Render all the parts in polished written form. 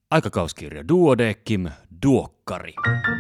Aikakauskirja Duodeckim, Duokkari.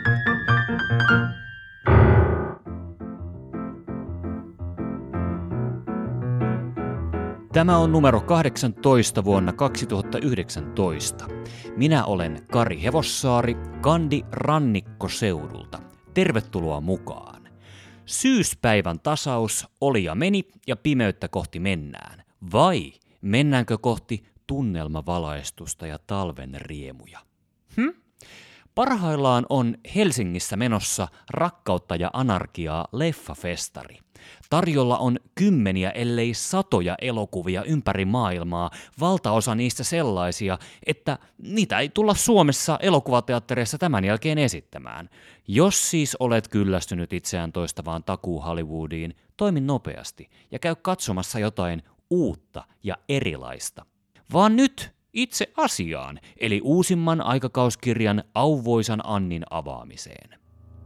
Tämä on numero 18 vuonna 2019. Minä olen Kari Hevossaari, kandi Rannikkoseudulta. Tervetuloa mukaan. Syyspäivän tasaus oli ja meni ja pimeyttä kohti mennään. Vai mennäänkö kohti tunnelmavalaistusta ja talven riemuja? Parhaillaan on Helsingissä menossa Rakkautta ja anarkiaa leffafestari. Tarjolla on kymmeniä ellei satoja elokuvia ympäri maailmaa, valtaosa niistä sellaisia, että niitä ei tulla Suomessa elokuvateattereissa tämän jälkeen esittämään. Jos siis olet kyllästynyt itseään toistavaan takuu Hollywoodiin, toimi nopeasti ja käy katsomassa jotain uutta ja erilaista. Vaan nyt itse asiaan, eli uusimman aikakauskirjan Auvoisan Annin avaamiseen.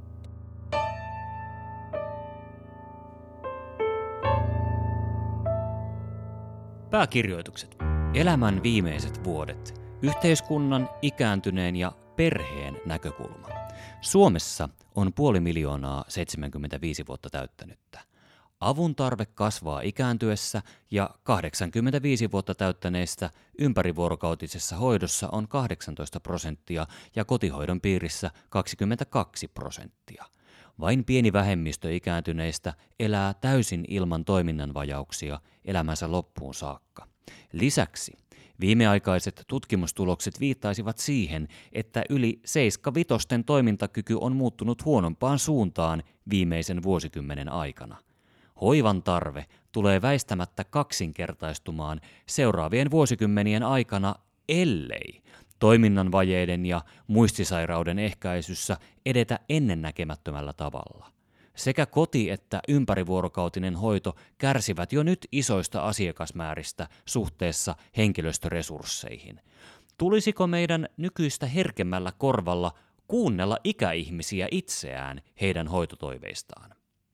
Pääkirjoitukset. Elämän viimeiset vuodet. Yhteiskunnan, ikääntyneen ja perheen näkökulma. Suomessa on 500 75 vuotta täyttänyttä. Avun tarve kasvaa ikääntyessä ja 85 vuotta täyttäneistä ympärivuorokautisessa hoidossa on 18% ja kotihoidon piirissä 22%. Vain pieni vähemmistö ikääntyneistä elää täysin ilman toiminnan vajauksia elämänsä loppuun saakka. Lisäksi viimeaikaiset tutkimustulokset viittaisivat siihen, että yli 7-vitosten toimintakyky on muuttunut huonompaan suuntaan viimeisen vuosikymmenen aikana. Hoivan tarve tulee väistämättä kaksinkertaistumaan seuraavien vuosikymmenien aikana, ellei toiminnan vajeiden ja muistisairauden ehkäisyssä edetä ennennäkemättömällä tavalla. Sekä koti- että ympärivuorokautinen hoito kärsivät jo nyt isoista asiakasmääristä suhteessa henkilöstöresursseihin. Tulisiko meidän nykyistä herkemmällä korvalla kuunnella ikäihmisiä itseään heidän hoitotoiveistaan?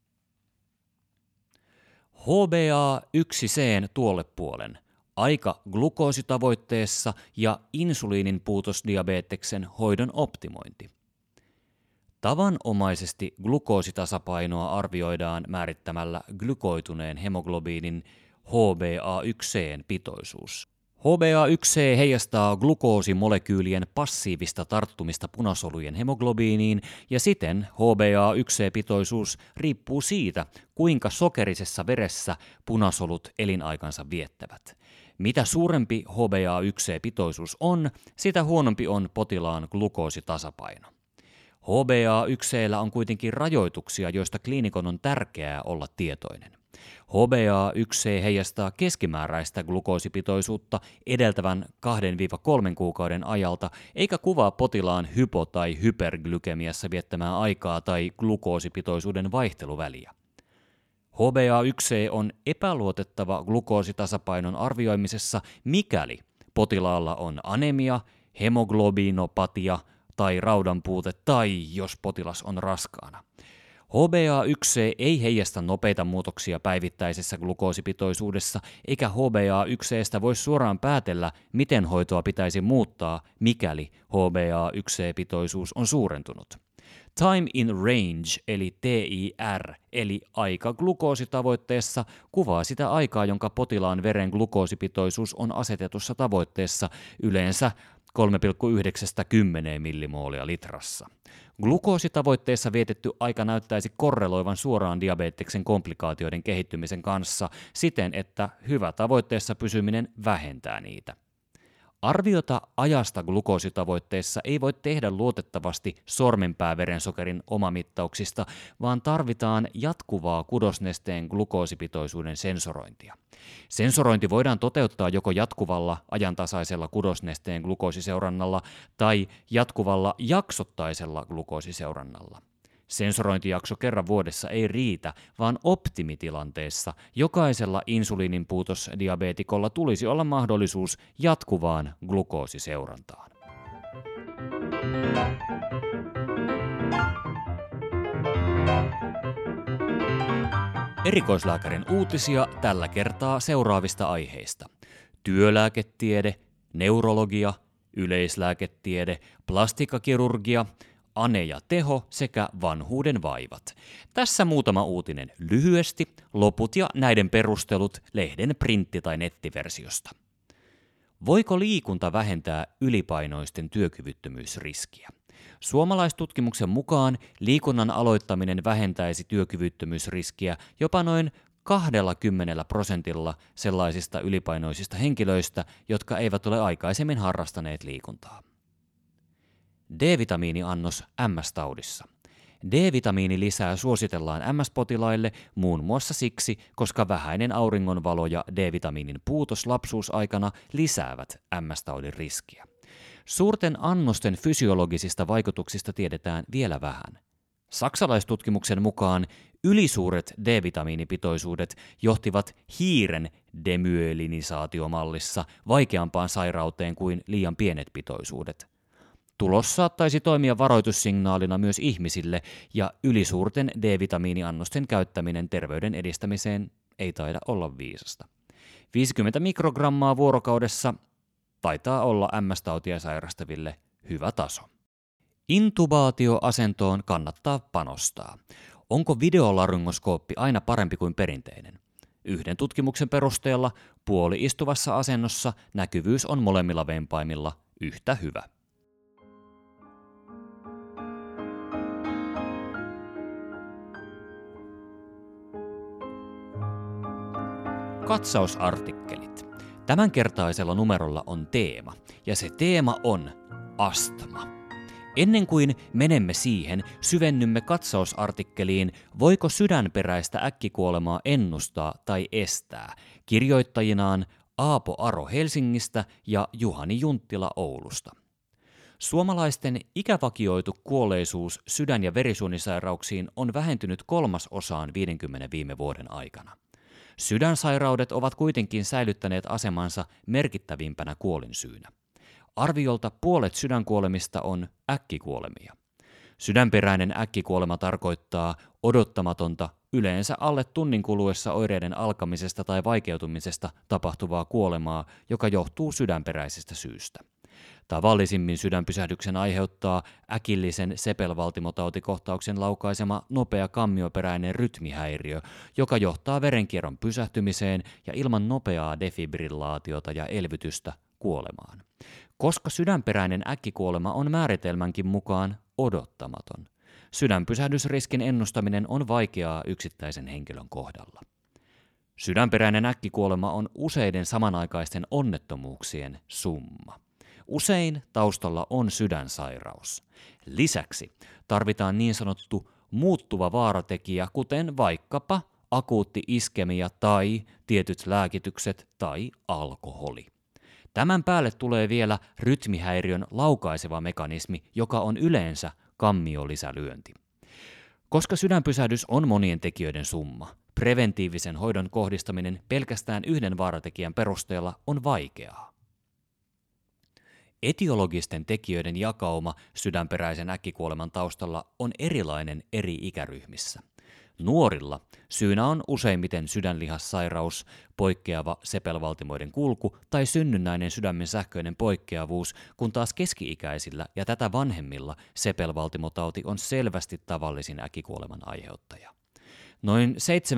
HbA1c:n tuolle puolen. Aika glukoositavoitteessa ja insuliinin puutosdiabeteksen hoidon optimointi. Tavanomaisesti glukoositasapainoa arvioidaan määrittämällä glykoituneen hemoglobiinin HbA1c:n pitoisuus. HbA1c heijastaa glukoosimolekyyllien passiivista tarttumista punasolujen hemoglobiiniin ja siten HbA1c-pitoisuus riippuu siitä, kuinka sokerisessa veressä punasolut elinaikansa viettävät. Mitä suurempi HbA1c-pitoisuus on, sitä huonompi on potilaan glukoositasapaino. HbA1c:llä on kuitenkin rajoituksia, joista kliinikon on tärkeää olla tietoinen. HbA1c heijastaa keskimääräistä glukoosipitoisuutta edeltävän 2-3 kuukauden ajalta, eikä kuvaa potilaan hypo- tai hyperglykemiassa viettämää aikaa tai glukoosipitoisuuden vaihteluväliä. HbA1c on epäluotettava glukoositasapainon arvioimisessa, mikäli potilaalla on anemia, hemoglobinopatia tai raudanpuute tai jos potilas on raskaana. HbA1c ei heijasta nopeita muutoksia päivittäisessä glukoosipitoisuudessa, eikä HbA1c:stä voi suoraan päätellä, miten hoitoa pitäisi muuttaa, mikäli HbA1c-pitoisuus on suurentunut. Time in range eli TIR eli aika glukoositavoitteessa kuvaa sitä aikaa, jonka potilaan veren glukoosipitoisuus on asetetussa tavoitteessa, yleensä 3,9–10 millimoolia litrassa. Glukoositavoitteessa vietetty aika näyttäisi korreloivan suoraan diabeteksen komplikaatioiden kehittymisen kanssa siten, että hyvä tavoitteessa pysyminen vähentää niitä. Arviota ajasta glukoositavoitteessa ei voi tehdä luotettavasti sormenpääverensokerin omamittauksista, vaan tarvitaan jatkuvaa kudosnesteen glukoosipitoisuuden sensorointia. Sensorointi voidaan toteuttaa joko jatkuvalla ajantasaisella kudosnesteen glukoosiseurannalla tai jatkuvalla jaksottaisella glukoosiseurannalla. Sensorointijakso kerran vuodessa ei riitä, vaan optimitilanteessa jokaisella insuliinin puutosdiabeetikolla tulisi olla mahdollisuus jatkuvaan glukoosiseurantaan. Erikoislääkärin uutisia tällä kertaa seuraavista aiheista: työlääketiede, neurologia, yleislääketiede, plastiikkakirurgia, ane ja teho sekä vanhuuden vaivat. Tässä muutama uutinen lyhyesti, loput ja näiden perustelut lehden printti- tai nettiversiosta. Voiko liikunta vähentää ylipainoisten työkyvyttömyysriskiä? Suomalaistutkimuksen mukaan liikunnan aloittaminen vähentäisi työkyvyttömyysriskiä jopa noin 20% sellaisista ylipainoisista henkilöistä, jotka eivät ole aikaisemmin harrastaneet liikuntaa. D-vitamiiniannos MS-taudissa. D-vitamiinilisää suositellaan MS-potilaille muun muassa siksi, koska vähäinen auringonvalo ja D-vitamiinin puutos lapsuusaikana lisäävät MS-taudin riskiä. Suurten annosten fysiologisista vaikutuksista tiedetään vielä vähän. Saksalaistutkimuksen mukaan ylisuuret D-vitamiinipitoisuudet johtivat hiiren demyelinisaatiomallissa vaikeampaan sairauteen kuin liian pienet pitoisuudet. Tulos saattaisi toimia varoitussignaalina myös ihmisille, ja ylisuurten D-vitamiiniannosten käyttäminen terveyden edistämiseen ei taida olla viisasta. 50 mikrogrammaa vuorokaudessa taitaa olla MS-tautia sairastaville hyvä taso. Intubaatioasentoon kannattaa panostaa. Onko videolaryngoskooppi aina parempi kuin perinteinen? Yhden tutkimuksen perusteella puoli-istuvassa asennossa näkyvyys on molemmilla vempaimilla yhtä hyvä. Katsausartikkelit. Tämänkertaisella numerolla on teema, ja se teema on astma. Ennen kuin menemme siihen, syvennymme katsausartikkeliin Voiko sydänperäistä äkkikuolemaa ennustaa tai estää? Kirjoittajinaan Aapo Aro Helsingistä ja Juhani Junttila Oulusta. Suomalaisten ikävakioitu kuolleisuus sydän- ja verisuonisairauksiin on vähentynyt 1/3 50 viime vuoden aikana. Sydänsairaudet ovat kuitenkin säilyttäneet asemansa merkittävimpänä kuolinsyynä. Arviolta puolet sydänkuolemista on äkkikuolemia. Sydänperäinen äkkikuolema tarkoittaa odottamatonta, yleensä alle tunnin kuluessa oireiden alkamisesta tai vaikeutumisesta tapahtuvaa kuolemaa, joka johtuu sydänperäisestä syystä. Tavallisimmin sydänpysähdyksen aiheuttaa äkillisen sepelvaltimotautikohtauksen laukaisema nopea kammioperäinen rytmihäiriö, joka johtaa verenkierron pysähtymiseen ja ilman nopeaa defibrillaatiota ja elvytystä kuolemaan. Koska sydänperäinen äkkikuolema on määritelmänkin mukaan odottamaton, sydänpysähdysriskin ennustaminen on vaikeaa yksittäisen henkilön kohdalla. Sydänperäinen äkkikuolema on useiden samanaikaisten onnettomuuksien summa. Usein taustalla on sydänsairaus. Lisäksi tarvitaan niin sanottu muuttuva vaaratekijä, kuten vaikkapa akuutti iskemia tai tietyt lääkitykset tai alkoholi. Tämän päälle tulee vielä rytmihäiriön laukaiseva mekanismi, joka on yleensä kammiolisälyönti. Koska sydänpysähdys on monien tekijöiden summa, preventiivisen hoidon kohdistaminen pelkästään yhden vaaratekijän perusteella on vaikeaa. Etiologisten tekijöiden jakauma sydänperäisen äkkikuoleman taustalla on erilainen eri ikäryhmissä. Nuorilla syynä on useimmiten sydänlihassairaus, poikkeava sepelvaltimoiden kulku tai synnynnäinen sydämen sähköinen poikkeavuus, kun taas keski-ikäisillä ja tätä vanhemmilla sepelvaltimotauti on selvästi tavallisin äkkikuoleman aiheuttaja. Noin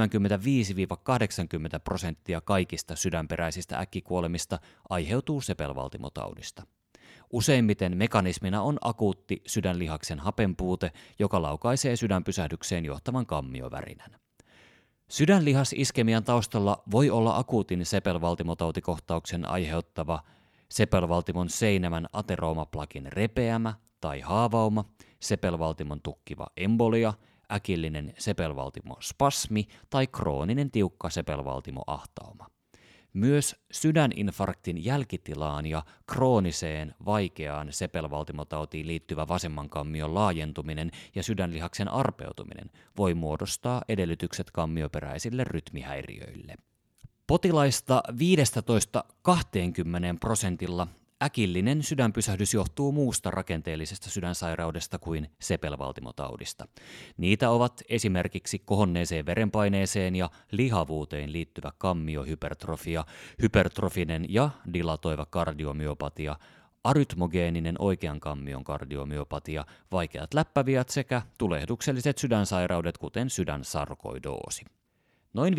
75–80% kaikista sydänperäisistä äkkikuolemista aiheutuu sepelvaltimotaudista. Useimmiten mekanismina on akuutti sydänlihaksen hapenpuute, joka laukaisee sydänpysähdykseen johtavan kammiovärinän. Sydänlihasiskemian taustalla voi olla akuutin sepelvaltimotautikohtauksen aiheuttava sepelvaltimon seinämän ateroomaplakin repeämä tai haavauma, sepelvaltimon tukkiva embolia, äkillinen sepelvaltimospasmi tai krooninen tiukka sepelvaltimoahtauma. Myös sydäninfarktin jälkitilaan ja krooniseen vaikeaan sepelvaltimotautiin liittyvä vasemman kammion laajentuminen ja sydänlihaksen arpeutuminen voi muodostaa edellytykset kammioperäisille rytmihäiriöille. Potilaista 15–20% äkillinen sydänpysähdys johtuu muusta rakenteellisesta sydänsairaudesta kuin sepelvaltimotaudista. Niitä ovat esimerkiksi kohonneeseen verenpaineeseen ja lihavuuteen liittyvä kammiohypertrofia, hypertrofinen ja dilatoiva kardiomyopatia, arytmogeeninen oikean kammion kardiomyopatia, vaikeat läppäviat sekä tulehdukselliset sydänsairaudet, kuten sydänsarkoidoosi. Noin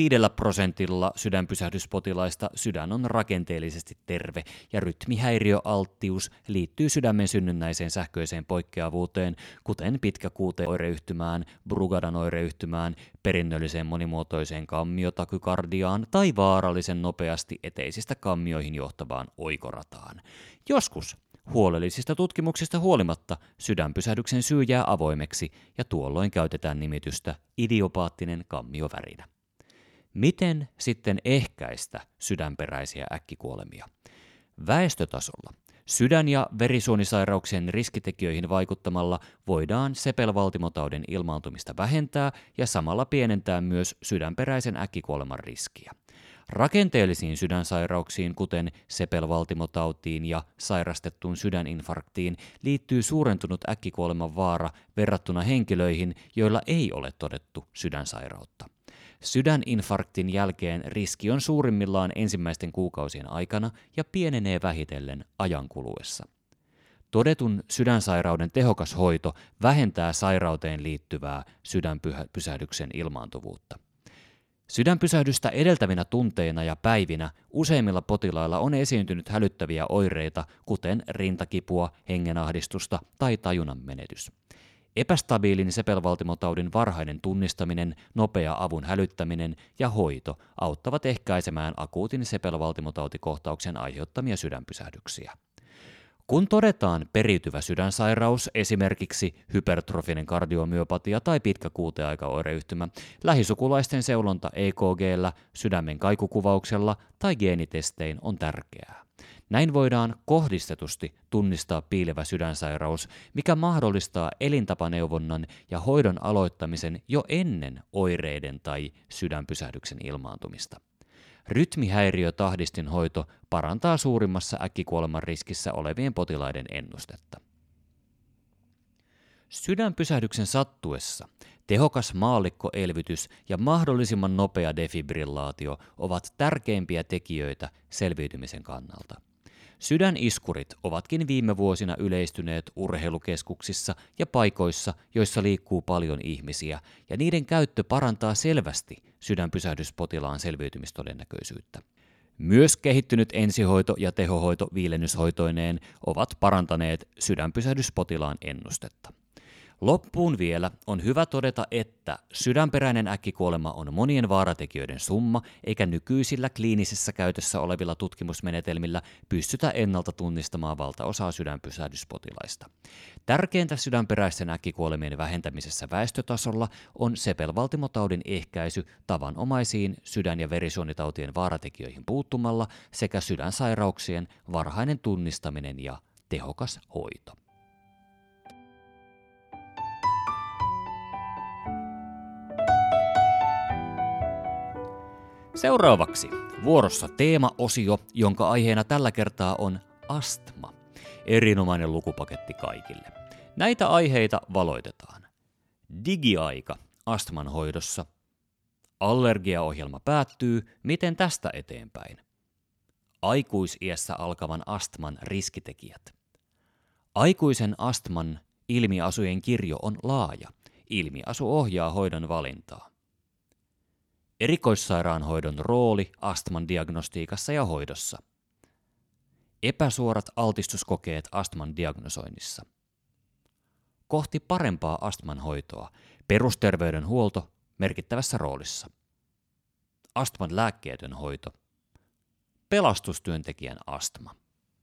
5% sydänpysähdyspotilaista sydän on rakenteellisesti terve ja rytmihäiriöalttius liittyy sydämen synnynnäiseen sähköiseen poikkeavuuteen, kuten pitkäkuuteoireyhtymään, Brugadan oireyhtymään, perinnölliseen monimuotoiseen kammiotakykardiaan tai vaarallisen nopeasti eteisistä kammioihin johtavaan oikorataan. Joskus huolellisista tutkimuksista huolimatta sydänpysähdyksen syy jää avoimeksi ja tuolloin käytetään nimitystä idiopaattinen kammiovärinä. Miten sitten ehkäistä sydänperäisiä äkkikuolemia? Väestötasolla sydän- ja verisuonisairauksien riskitekijöihin vaikuttamalla voidaan sepelvaltimotaudin ilmaantumista vähentää ja samalla pienentää myös sydänperäisen äkkikuoleman riskiä. Rakenteellisiin sydänsairauksiin, kuten sepelvaltimotautiin ja sairastettuun sydäninfarktiin, liittyy suurentunut äkkikuoleman vaara verrattuna henkilöihin, joilla ei ole todettu sydänsairautta. Sydäninfarktin jälkeen riski on suurimmillaan ensimmäisten kuukausien aikana ja pienenee vähitellen ajan kuluessa. Todetun sydänsairauden tehokas hoito vähentää sairauteen liittyvää sydänpysähdyksen ilmaantuvuutta. Sydänpysähdystä edeltävinä tunteina ja päivinä useimmilla potilailla on esiintynyt hälyttäviä oireita, kuten rintakipua, hengenahdistusta tai tajunnan menetys. Epästabiilin sepelvaltimotaudin varhainen tunnistaminen, nopea avun hälyttäminen ja hoito auttavat ehkäisemään akuutin sepelvaltimotautikohtauksen aiheuttamia sydänpysähdyksiä. Kun todetaan periytyvä sydänsairaus, esimerkiksi hypertrofinen kardiomyopatia tai pitkä kuuteaikaoireyhtymä, lähisukulaisten seulonta EKG:llä, sydämen kaikukuvauksella tai geenitestein on tärkeää. Näin voidaan kohdistetusti tunnistaa piilevä sydänsairaus, mikä mahdollistaa elintapaneuvonnan ja hoidon aloittamisen jo ennen oireiden tai sydänpysähdyksen ilmaantumista. Rytmihäiriötahdistin hoito parantaa suurimmassa äkkikuoleman riskissä olevien potilaiden ennustetta. Sydänpysähdyksen sattuessa tehokas maallikkoelvytys ja mahdollisimman nopea defibrillaatio ovat tärkeimpiä tekijöitä selviytymisen kannalta. Sydäniskurit ovatkin viime vuosina yleistyneet urheilukeskuksissa ja paikoissa, joissa liikkuu paljon ihmisiä, ja niiden käyttö parantaa selvästi sydänpysähdyspotilaan selviytymistodennäköisyyttä. Myös kehittynyt ensihoito ja tehohoito viilennyshoitoineen ovat parantaneet sydänpysähdyspotilaan ennustetta. Loppuun vielä on hyvä todeta, että sydänperäinen äkkikuolema on monien vaaratekijöiden summa, eikä nykyisillä kliinisessä käytössä olevilla tutkimusmenetelmillä pystytä ennalta tunnistamaan valtaosaa sydänpysähdyspotilaista. Tärkeintä sydänperäisten äkkikuolemien vähentämisessä väestötasolla on sepelvaltimotaudin ehkäisy tavanomaisiin sydän- ja verisuonitautien vaaratekijöihin puuttumalla sekä sydänsairauksien varhainen tunnistaminen ja tehokas hoito. Seuraavaksi vuorossa teemaosio, jonka aiheena tällä kertaa on astma. Erinomainen lukupaketti kaikille. Näitä aiheita valoitetaan. Digiaika astman hoidossa. Allergiaohjelma päättyy, miten tästä eteenpäin? Aikuisiässä alkavan astman riskitekijät. Aikuisen astman ilmiasujen kirjo on laaja. Ilmiasu ohjaa hoidon valintaa. Erikoissairaanhoidon rooli astman diagnostiikassa ja hoidossa. Epäsuorat altistuskokeet astman diagnosoinnissa. Kohti parempaa astman hoitoa. Perusterveydenhuolto merkittävässä roolissa. Astman lääkkeetön hoito. Pelastustyöntekijän astma.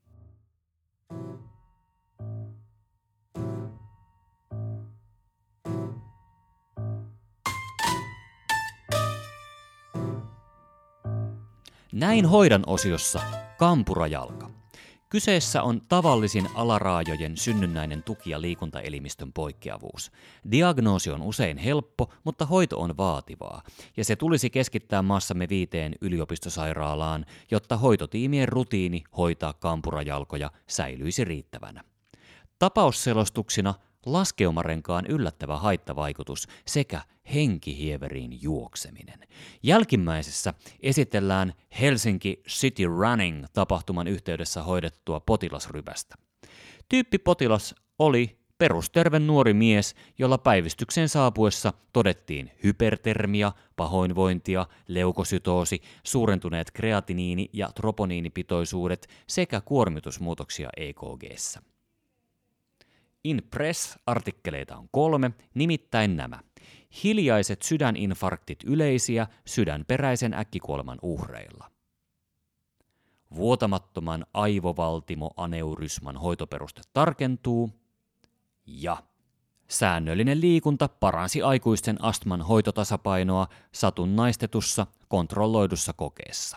Näin hoidan osiossa kampurajalka. Kyseessä on tavallisin alaraajojen synnynnäinen tuki- ja liikuntaelimistön poikkeavuus. Diagnoosi on usein helppo, mutta hoito on vaativaa, ja se tulisi keskittää maassamme 5 yliopistosairaalaan, jotta hoitotiimien rutiini hoitaa kampurajalkoja säilyisi riittävänä. Tapausselostuksina laskeumarenkaan yllättävä haittavaikutus sekä henkihieveriin juokseminen. Jälkimmäisessä esitellään Helsinki City Running -tapahtuman yhteydessä hoidettua potilasrypästä. Tyyppipotilas oli perusterve nuori mies, jolla päivystykseen saapuessa todettiin hypertermia, pahoinvointia, leukosytoosi, suurentuneet kreatiniini- ja troponiinipitoisuudet sekä kuormitusmuutoksia EKG:ssä. In Press-artikkeleita on 3, nimittäin nämä. Hiljaiset sydäninfarktit yleisiä sydänperäisen äkkikuoleman uhreilla. Vuotamattoman aivovaltimoaneurysman hoitoperuste tarkentuu. Ja säännöllinen liikunta paransi aikuisten astman hoitotasapainoa satunnaistetussa kontrolloidussa kokeessa.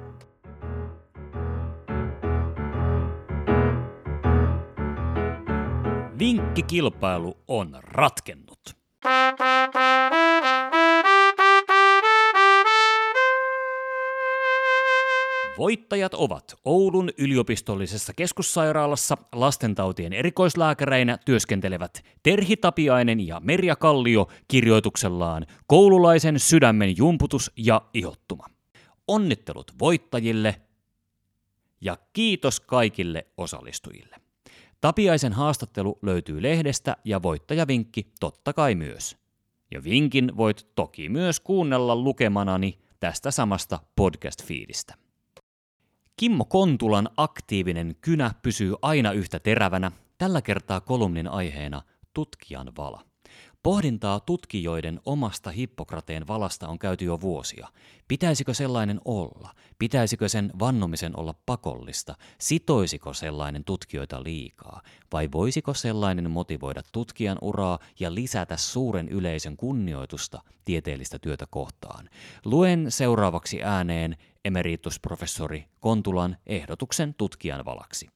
Vinkkikilpailu on ratkennut. Voittajat ovat Oulun yliopistollisessa keskussairaalassa lastentautien erikoislääkäreinä työskentelevät Terhi Tapiainen ja Merja Kallio kirjoituksellaan Koululaisen sydämen jumputus ja ihottuma. Onnittelut voittajille ja kiitos kaikille osallistujille. Tapiaisen haastattelu löytyy lehdestä ja voittajavinkki totta kai myös. Ja vinkin voit toki myös kuunnella lukemanani tästä samasta podcast-fiidistä. Kimmo Kontulan aktiivinen kynä pysyy aina yhtä terävänä, tällä kertaa kolumnin aiheena tutkijan vala. Pohdintaa tutkijoiden omasta Hippokrateen valasta on käyty jo vuosia. Pitäisikö sellainen olla? Pitäisikö sen vannomisen olla pakollista? Sitoisiko sellainen tutkijoita liikaa? Vai voisiko sellainen motivoida tutkijan uraa ja lisätä suuren yleisön kunnioitusta tieteellistä työtä kohtaan? Luen seuraavaksi ääneen emeritusprofessori Kontulan ehdotuksen tutkijan valaksi.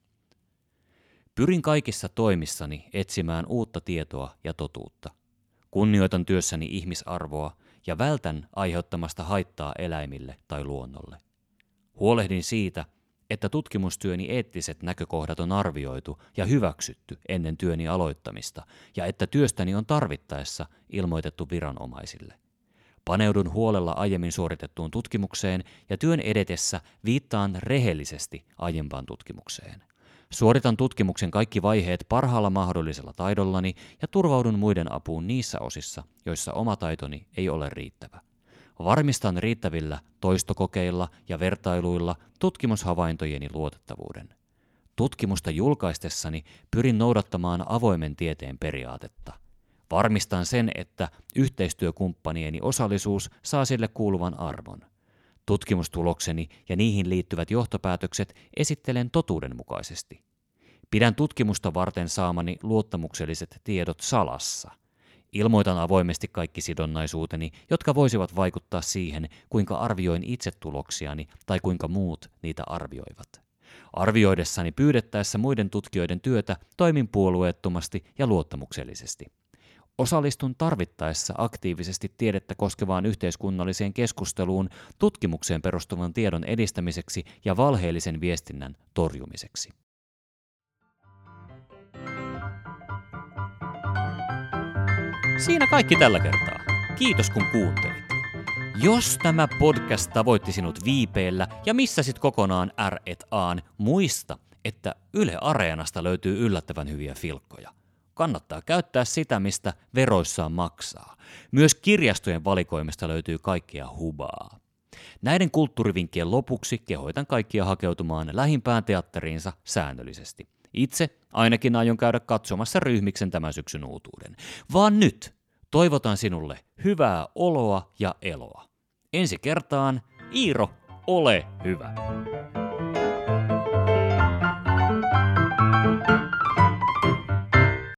Pyrin kaikissa toimissani etsimään uutta tietoa ja totuutta. Kunnioitan työssäni ihmisarvoa ja vältän aiheuttamasta haittaa eläimille tai luonnolle. Huolehdin siitä, että tutkimustyöni eettiset näkökohdat on arvioitu ja hyväksytty ennen työni aloittamista ja että työstäni on tarvittaessa ilmoitettu viranomaisille. Paneudun huolella aiemmin suoritettuun tutkimukseen ja työn edetessä viittaan rehellisesti aiempaan tutkimukseen. Suoritan tutkimuksen kaikki vaiheet parhaalla mahdollisella taidollani ja turvaudun muiden apuun niissä osissa, joissa oma taitoni ei ole riittävä. Varmistan riittävillä toistokokeilla ja vertailuilla tutkimushavaintojeni luotettavuuden. Tutkimusta julkaistessani pyrin noudattamaan avoimen tieteen periaatetta. Varmistan sen, että yhteistyökumppanieni osallisuus saa sille kuuluvan arvon. Tutkimustulokseni ja niihin liittyvät johtopäätökset esittelen totuudenmukaisesti. Pidän tutkimusta varten saamani luottamukselliset tiedot salassa. Ilmoitan avoimesti kaikki sidonnaisuuteni, jotka voisivat vaikuttaa siihen, kuinka arvioin itse tuloksiani tai kuinka muut niitä arvioivat. Arvioidessani pyydettäessä muiden tutkijoiden työtä toimin puolueettomasti ja luottamuksellisesti. Osallistun tarvittaessa aktiivisesti tiedettä koskevaan yhteiskunnalliseen keskusteluun tutkimukseen perustuvan tiedon edistämiseksi ja valheellisen viestinnän torjumiseksi. Siinä kaikki tällä kertaa. Kiitos kun kuuntelit. Jos tämä podcast tavoitti sinut viipeellä ja missäsit kokonaan R&A:n, muista, että Yle Areenasta löytyy yllättävän hyviä filkkoja. Kannattaa käyttää sitä, mistä veroissaan maksaa. Myös kirjastojen valikoimista löytyy kaikkea hubaa. Näiden kulttuurivinkkien lopuksi kehoitan kaikkia hakeutumaan lähimpään teatteriinsa säännöllisesti. Itse ainakin aion käydä katsomassa Ryhmiksen tämän syksyn uutuuden. Vaan nyt toivotan sinulle hyvää oloa ja eloa. Ensi kertaan, Iiro, ole hyvä!